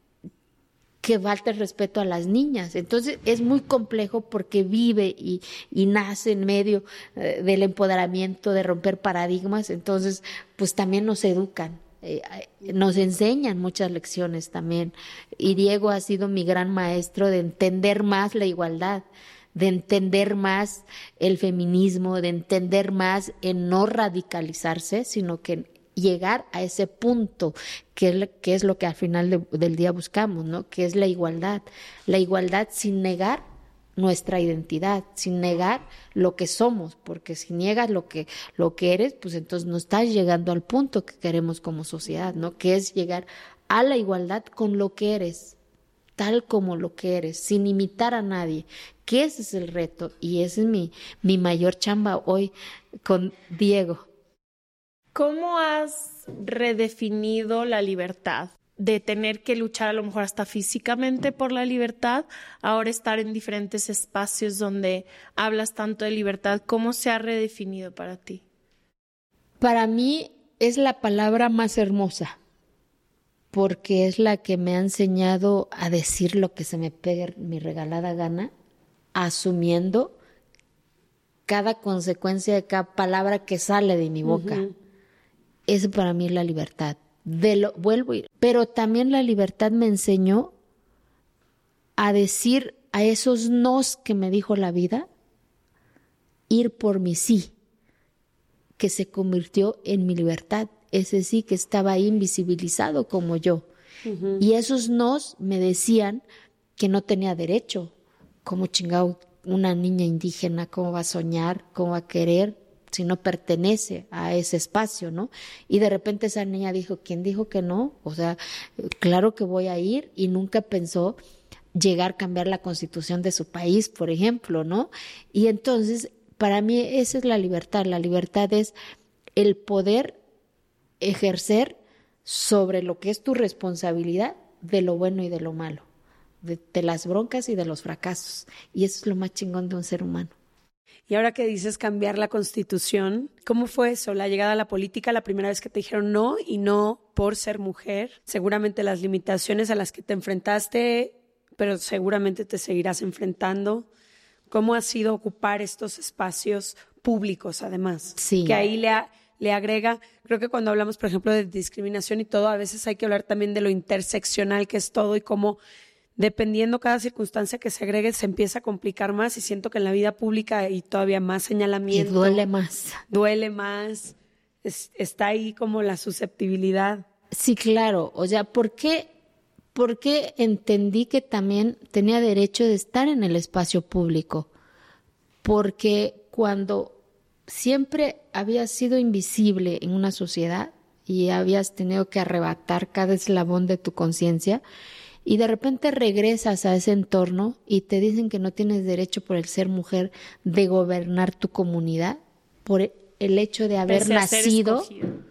que falta el respeto a las niñas. Entonces es muy complejo porque vive y nace en medio del empoderamiento, de romper paradigmas. Entonces pues también nos educan, nos enseñan muchas lecciones también, y Diego ha sido mi gran maestro de entender más la igualdad, de entender más el feminismo, de entender más en no radicalizarse, sino que llegar a ese punto que es lo que al final del día buscamos, ¿no? Que es la igualdad sin negar nuestra identidad, sin negar lo que somos, porque si niegas lo que eres, pues entonces no estás llegando al punto que queremos como sociedad, ¿no? Que es llegar a la igualdad con lo que eres, tal como lo que eres, sin imitar a nadie, que ese es el reto, y ese es mi mayor chamba hoy con Diego. ¿Cómo has redefinido la libertad? De tener que luchar a lo mejor hasta físicamente por la libertad, ahora estar en diferentes espacios donde hablas tanto de libertad, ¿cómo se ha redefinido para ti? Para mí es la palabra más hermosa, porque es la que me ha enseñado a decir lo que se me pegue mi regalada gana, asumiendo cada consecuencia de cada palabra que sale de mi boca. Eso para mí es la libertad. Pero también la libertad me enseñó a decir a esos nos que me dijo la vida, ir por mi sí, que se convirtió en mi libertad. Ese sí que estaba ahí invisibilizado como yo. Y esos nos me decían que no tenía derecho. Como chingado una niña indígena, ¿cómo va a soñar? ¿Cómo va a querer? Si no pertenece a ese espacio, ¿no? Y de repente esa niña dijo, ¿quién dijo que no? O sea, claro que voy a ir, y nunca pensó llegar a cambiar la constitución de su país, por ejemplo, ¿no? Y entonces, para mí esa es la libertad. La libertad es el poder ejercer sobre lo que es tu responsabilidad, de lo bueno y de lo malo, de las broncas y de los fracasos. Y eso es lo más chingón de un ser humano. Y ahora que dices cambiar la Constitución, ¿cómo fue eso? La llegada a la política, la primera vez que te dijeron no, y no por ser mujer. Seguramente las limitaciones a las que te enfrentaste, pero seguramente te seguirás enfrentando. ¿Cómo ha sido ocupar estos espacios públicos, además? Sí. Que ahí le agrega, creo que cuando hablamos, por ejemplo, de discriminación y todo, a veces hay que hablar también de lo interseccional que es todo, y cómo dependiendo cada circunstancia que se agregue, se empieza a complicar más, y siento que en la vida pública hay todavía más señalamiento. Y duele más. Duele más. Está ahí como la susceptibilidad. Sí, claro. O sea, ¿por qué entendí que también tenía derecho de estar en el espacio público? Porque cuando siempre habías sido invisible en una sociedad y habías tenido que arrebatar cada eslabón de tu conciencia, y de repente regresas a ese entorno y te dicen que no tienes derecho por el ser mujer de gobernar tu comunidad, por el hecho de haber nacido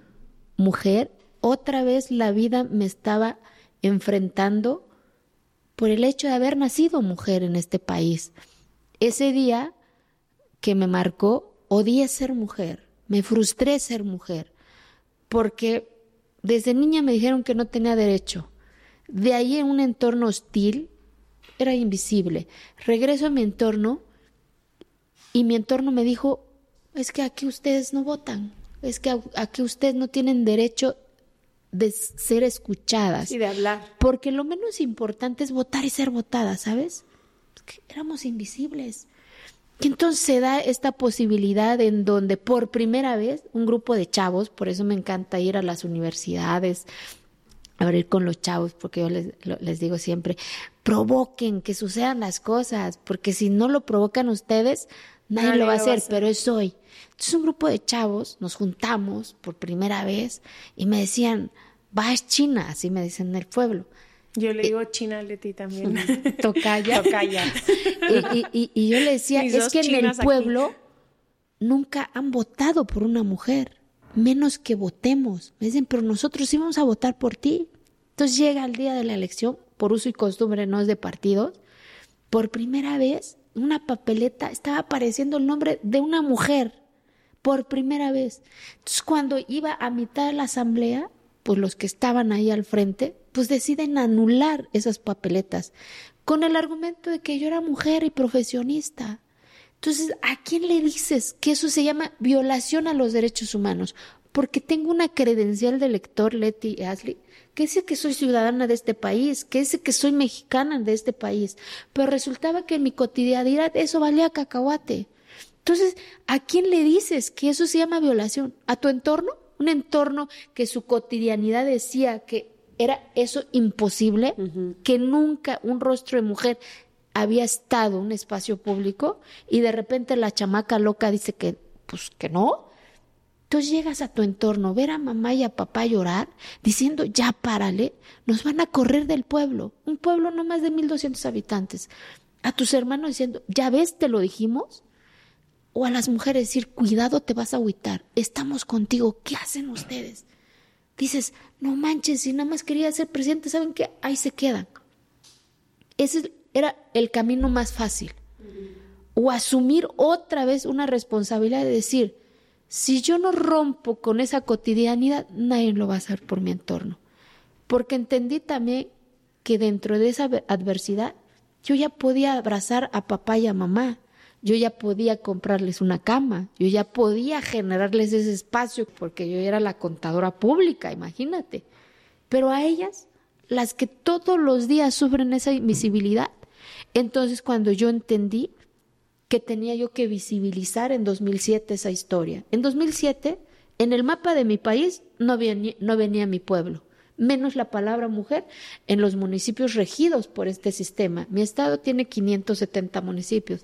mujer, otra vez la vida me estaba enfrentando por el hecho de haber nacido mujer en este país. Ese día que me marcó, odié ser mujer, me frustré ser mujer, porque desde niña me dijeron que no tenía derecho. De ahí, en un entorno hostil, era invisible. Regreso a mi entorno y mi entorno me dijo, es que aquí ustedes no votan, es que aquí ustedes no tienen derecho de ser escuchadas. Y de hablar. Porque lo menos importante es votar y ser votadas, ¿sabes? Que éramos invisibles. Y entonces se da esta posibilidad en donde por primera vez un grupo de chavos, por eso me encanta ir a las universidades, abrir con los chavos, porque yo les digo siempre, provoquen que sucedan las cosas, porque si no lo provocan ustedes, nadie lo va a hacer, pero es hoy. Entonces un grupo de chavos nos juntamos por primera vez y me decían, vas China, así me dicen en el pueblo. Yo le digo China a Leti también. Tocaya. Y yo le decía, es que en el pueblo nunca han votado por una mujer, menos que votemos. Me dicen, pero nosotros sí vamos a votar por ti. Entonces llega el día de la elección, por uso y costumbre, no es de partidos, por primera vez una papeleta estaba apareciendo el nombre de una mujer, por primera vez. Entonces cuando iba a mitad de la asamblea, pues los que estaban ahí al frente, pues deciden anular esas papeletas con el argumento de que yo era mujer y profesionista. Entonces, ¿a quién le dices que eso se llama violación a los derechos humanos? Porque tengo una credencial de lector, Leti y Ashley, que dice que soy ciudadana de este país, que dice que soy mexicana de este país, pero resultaba que en mi cotidianidad eso valía cacahuate. Entonces, ¿a quién le dices que eso se llama violación? ¿A tu entorno? Un entorno que su cotidianidad decía que era eso imposible, que nunca un rostro de mujer había estado en un espacio público y de repente la chamaca loca dice que, pues que no. Entonces llegas a tu entorno, ver a mamá y a papá llorar, diciendo, ya párale, nos van a correr del pueblo. Un pueblo no más de 1,200 habitantes. A tus hermanos diciendo, ya ves, te lo dijimos. O a las mujeres decir, cuidado, te vas a agüitar, estamos contigo, ¿qué hacen ustedes? Dices, no manches, si nada más quería ser presidente, ¿saben qué? Ahí se quedan. Ese era el camino más fácil. O asumir otra vez una responsabilidad de decir, si yo no rompo con esa cotidianidad, nadie lo va a hacer por mi entorno. Porque entendí también que dentro de esa adversidad, yo ya podía abrazar a papá y a mamá. Yo ya podía comprarles una cama, yo ya podía generarles ese espacio porque yo era la contadora pública, imagínate. Pero a ellas, las que todos los días sufren esa invisibilidad, entonces cuando yo entendí que tenía yo que visibilizar en 2007 esa historia. En 2007, en el mapa de mi país no venía mi pueblo, menos la palabra mujer en los municipios regidos por este sistema. Mi estado tiene 570 municipios,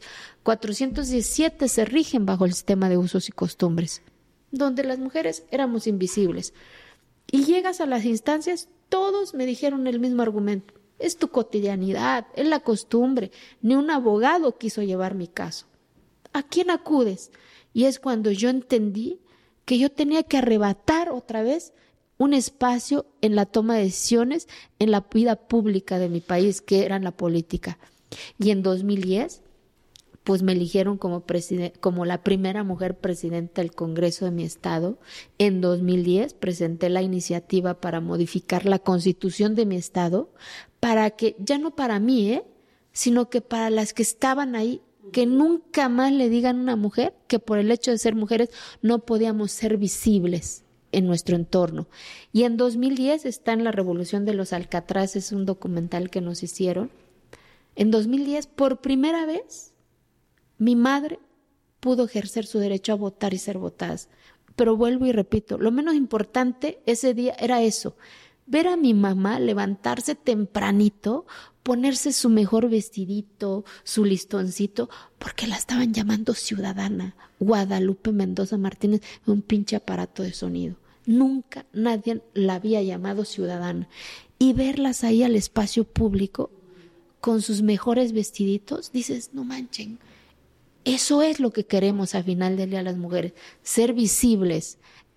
417 se rigen bajo el sistema de usos y costumbres, donde las mujeres éramos invisibles. Y llegas a las instancias, todos me dijeron el mismo argumento. Es tu cotidianidad, es la costumbre. Ni un abogado quiso llevar mi caso. ¿A quién acudes? Y es cuando yo entendí que yo tenía que arrebatar otra vez un espacio en la toma de decisiones, en la vida pública de mi país, que era la política. Y en 2010, pues me eligieron como la primera mujer presidenta del Congreso de mi estado. En 2010 presenté la iniciativa para modificar la Constitución de mi estado, para que, ya no para mí, sino que para las que estaban ahí, que nunca más le digan a una mujer que por el hecho de ser mujeres no podíamos ser visibles en nuestro entorno. Y en 2010 está en La Revolución de los Alcatraces, un documental que nos hicieron. En 2010, por primera vez, mi madre pudo ejercer su derecho a votar y ser votadas. Pero vuelvo y repito, lo menos importante ese día era eso, ver a mi mamá levantarse tempranito, ponerse su mejor vestidito, su listoncito, porque la estaban llamando ciudadana. Guadalupe Mendoza Martínez, un pinche aparato de sonido. Nunca nadie la había llamado ciudadana. Y verlas ahí al espacio público con sus mejores vestiditos, dices, no manchen. Eso es lo que queremos al final del día las mujeres, ser visibles,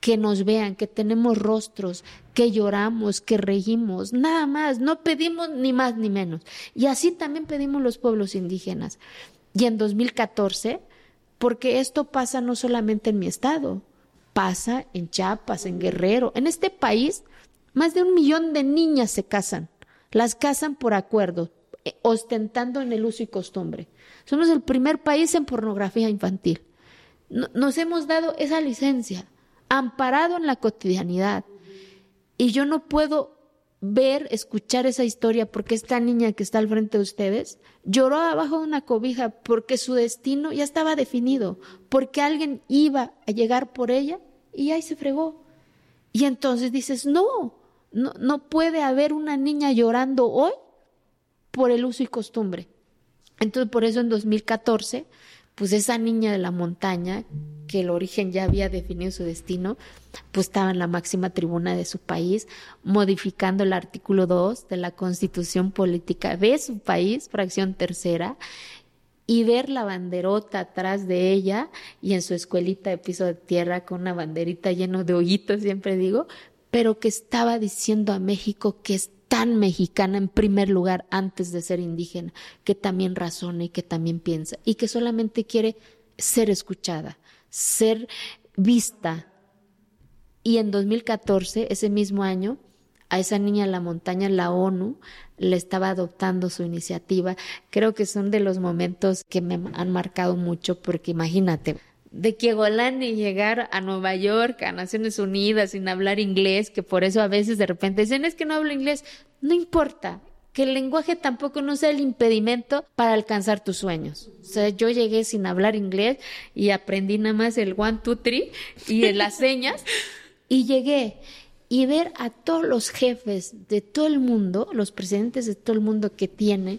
que nos vean, que tenemos rostros, que lloramos, que reímos, nada más, no pedimos ni más ni menos. Y así también pedimos los pueblos indígenas. Y en 2014, porque esto pasa no solamente en mi estado, pasa en Chiapas, en Guerrero, en este país, más de 1 millón de niñas se casan, las casan por acuerdo, ostentando en el uso y costumbre. Somos el primer país en pornografía infantil. Nos hemos dado esa licencia, amparado en la cotidianidad. Y yo no puedo escuchar esa historia porque esta niña que está al frente de ustedes lloró abajo de una cobija porque su destino ya estaba definido, porque alguien iba a llegar por ella y ahí se fregó. Y entonces dices, no puede haber una niña llorando hoy por el uso y costumbre. Entonces por eso en 2014, pues esa niña de la montaña, que el origen ya había definido su destino, pues estaba en la máxima tribuna de su país, modificando el artículo 2 de la Constitución Política de su país, fracción tercera, y ver la banderota atrás de ella y en su escuelita de piso de tierra con una banderita lleno de hoyitos, siempre digo, pero que estaba diciendo a México que es tan mexicana en primer lugar antes de ser indígena, que también razona y que también piensa y que solamente quiere ser escuchada, ser vista. Y en 2014, ese mismo año, a esa niña de la montaña, la ONU le estaba adoptando su iniciativa. Creo que son de los momentos que me han marcado mucho porque imagínate, de Kiegolani llegar a Nueva York, a Naciones Unidas, sin hablar inglés, que por eso a veces de repente dicen, es que no hablo inglés. No importa, que el lenguaje tampoco no sea el impedimento para alcanzar tus sueños. O sea, yo llegué sin hablar inglés y aprendí nada más el 1, 2, 3 y las señas y llegué. Y ver a todos los jefes de todo el mundo, los presidentes de todo el mundo que tiene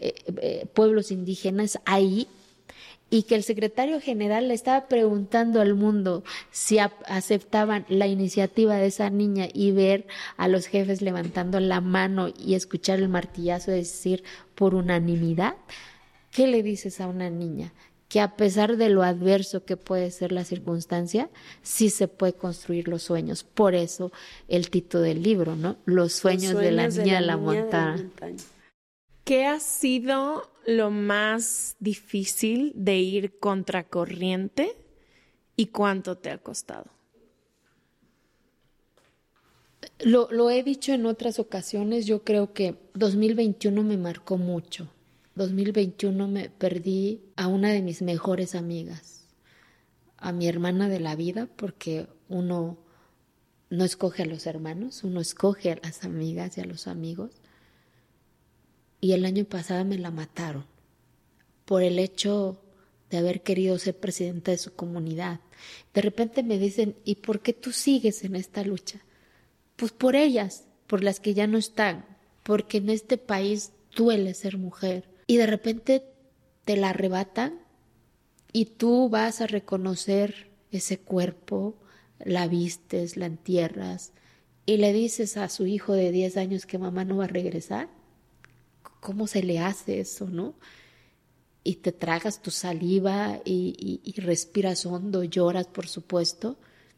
pueblos indígenas ahí, y que el secretario general le estaba preguntando al mundo si aceptaban la iniciativa de esa niña y ver a los jefes levantando la mano y escuchar el martillazo de decir por unanimidad. ¿Qué le dices a una niña? Que a pesar de lo adverso que puede ser la circunstancia, sí se puede construir los sueños. Por eso el título del libro, ¿no? Los sueños de la niña de la montaña. ¿Qué ha sido lo más difícil de ir contracorriente y cuánto te ha costado? Lo he dicho en otras ocasiones, yo creo que 2021 me marcó mucho. 2021 me perdí a una de mis mejores amigas, a mi hermana de la vida, porque uno no escoge a los hermanos, uno escoge a las amigas y a los amigos. Y el año pasado me la mataron por el hecho de haber querido ser presidenta de su comunidad. De repente me dicen, ¿y por qué tú sigues en esta lucha? Pues por ellas, por las que ya no están, porque en este país duele ser mujer. Y de repente te la arrebatan y tú vas a reconocer ese cuerpo, la vistes, la entierras y le dices a su hijo de 10 años que mamá no va a regresar. ¿Cómo se le hace eso, no? Y te tragas tu saliva y respiras hondo, lloras, por supuesto,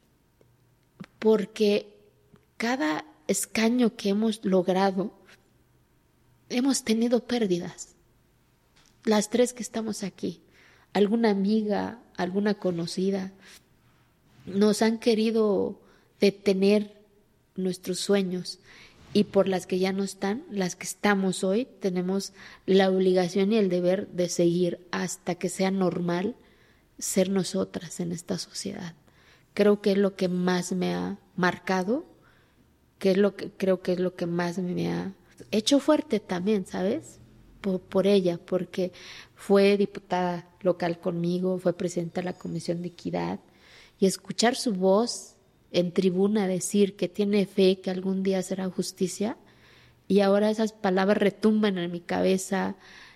porque cada escaño que hemos logrado, hemos tenido pérdidas. Las 3 que estamos aquí, alguna amiga, alguna conocida, nos han querido detener nuestros sueños. Y por las que ya no están, las que estamos hoy, tenemos la obligación y el deber de seguir hasta que sea normal ser nosotras en esta sociedad. Creo que es lo que más me ha marcado, creo que es lo que más me ha hecho fuerte también, ¿sabes? Por ella, porque fue diputada local conmigo, fue presidenta de la Comisión de Equidad, y escuchar su voz en tribuna decir que tiene fe que algún día será justicia, y ahora esas palabras retumban en mi cabeza,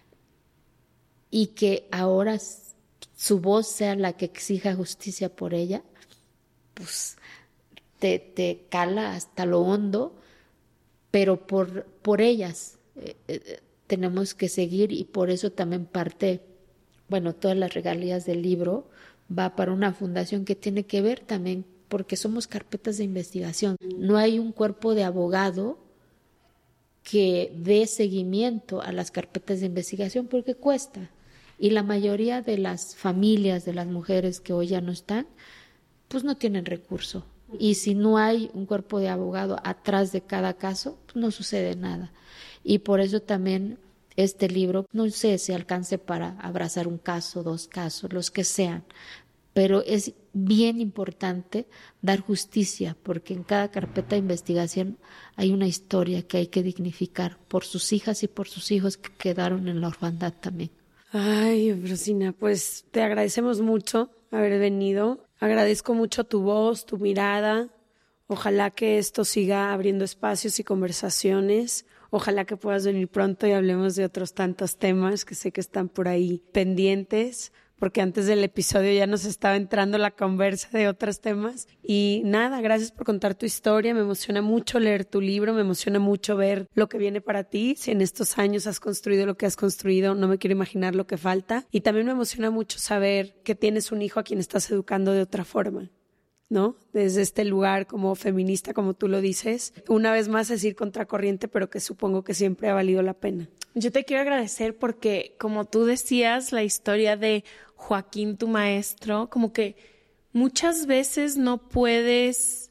y que ahora su voz sea la que exija justicia por ella, pues te cala hasta lo hondo, pero por ellas tenemos que seguir, y por eso también todas las regalías del libro va para una fundación que tiene que ver también porque somos carpetas de investigación. No hay un cuerpo de abogado que dé seguimiento a las carpetas de investigación porque cuesta. Y la mayoría de las familias de las mujeres que hoy ya no están, pues no tienen recurso. Y si no hay un cuerpo de abogado atrás de cada caso, pues no sucede nada. Y por eso también este libro, no sé si alcance para abrazar un caso, 2 casos, los que sean, pero es bien importante dar justicia, porque en cada carpeta de investigación hay una historia que hay que dignificar por sus hijas y por sus hijos que quedaron en la orfandad también. Ay, Eufrosina, pues te agradecemos mucho haber venido. Agradezco mucho tu voz, tu mirada. Ojalá que esto siga abriendo espacios y conversaciones. Ojalá que puedas venir pronto y hablemos de otros tantos temas que sé que están por ahí pendientes, porque antes del episodio ya nos estaba entrando la conversa de otros temas. Y nada, gracias por contar tu historia. Me emociona mucho leer tu libro, me emociona mucho ver lo que viene para ti. Si en estos años has construido lo que has construido, no me quiero imaginar lo que falta. Y también me emociona mucho saber que tienes un hijo a quien estás educando de otra forma, ¿no? Desde este lugar como feminista, como tú lo dices. Una vez más es ir contracorriente, pero que supongo que siempre ha valido la pena. Yo te quiero agradecer porque, como tú decías, la historia de Joaquín, tu maestro, como que muchas veces no puedes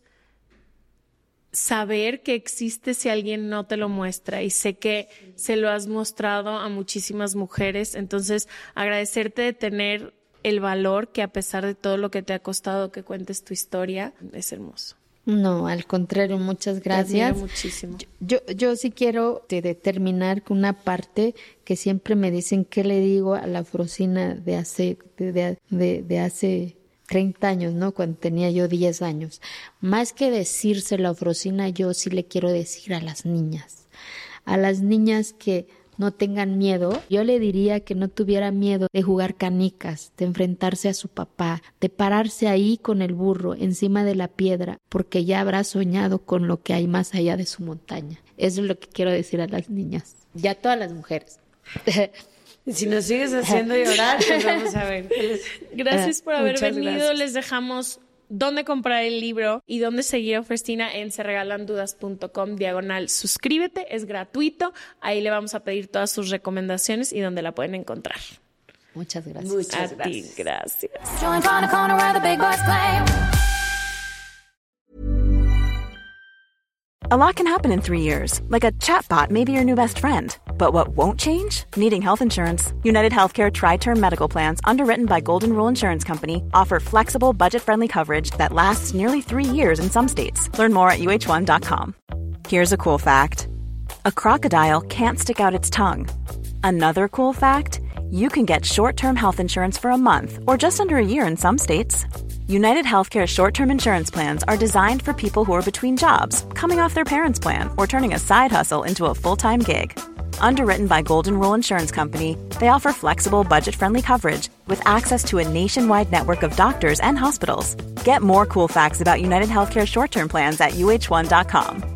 saber que existe si alguien no te lo muestra, y sé que se lo has mostrado a muchísimas mujeres. Entonces, agradecerte de tener el valor que, a pesar de todo lo que te ha costado que cuentes tu historia, es hermoso. No, al contrario, muchas gracias. Te admiro muchísimo. Yo sí quiero determinar con una parte que siempre me dicen qué le digo a la Eufrosina de hace 30 años, ¿no? Cuando tenía yo 10 años. Más que decírselo a Eufrosina, yo sí le quiero decir a las niñas que no tengan miedo. Yo le diría que no tuviera miedo de jugar canicas, de enfrentarse a su papá, de pararse ahí con el burro encima de la piedra, porque ya habrá soñado con lo que hay más allá de su montaña. Eso es lo que quiero decir a las niñas, ya a todas las mujeres. Si nos sigues haciendo llorar, pues vamos a ver. Gracias por haber venido. Gracias. Les dejamos dónde comprar el libro y dónde seguir a Eufrosina en seregalandudas.com/suscríbete. Es gratuito. Ahí le vamos a pedir todas sus recomendaciones y dónde la pueden encontrar. Muchas gracias. Muchas A ti, gracias. A lot can happen in 3 years, like a chatbot may be your new best friend. But what won't change? Needing health insurance. United Healthcare Tri-Term Medical Plans, underwritten by Golden Rule Insurance Company, offer flexible, budget-friendly coverage that lasts nearly 3 years in some states. Learn more at uh1.com. Here's a cool fact. A crocodile can't stick out its tongue. Another cool fact, you can get short-term health insurance for a month or just under a year in some states. United Healthcare short-term insurance plans are designed for people who are between jobs, coming off their parents' plan, or turning a side hustle into a full-time gig. Underwritten by Golden Rule Insurance Company, they offer flexible, budget-friendly coverage with access to a nationwide network of doctors and hospitals. Get more cool facts about United Healthcare short-term plans at uh1.com.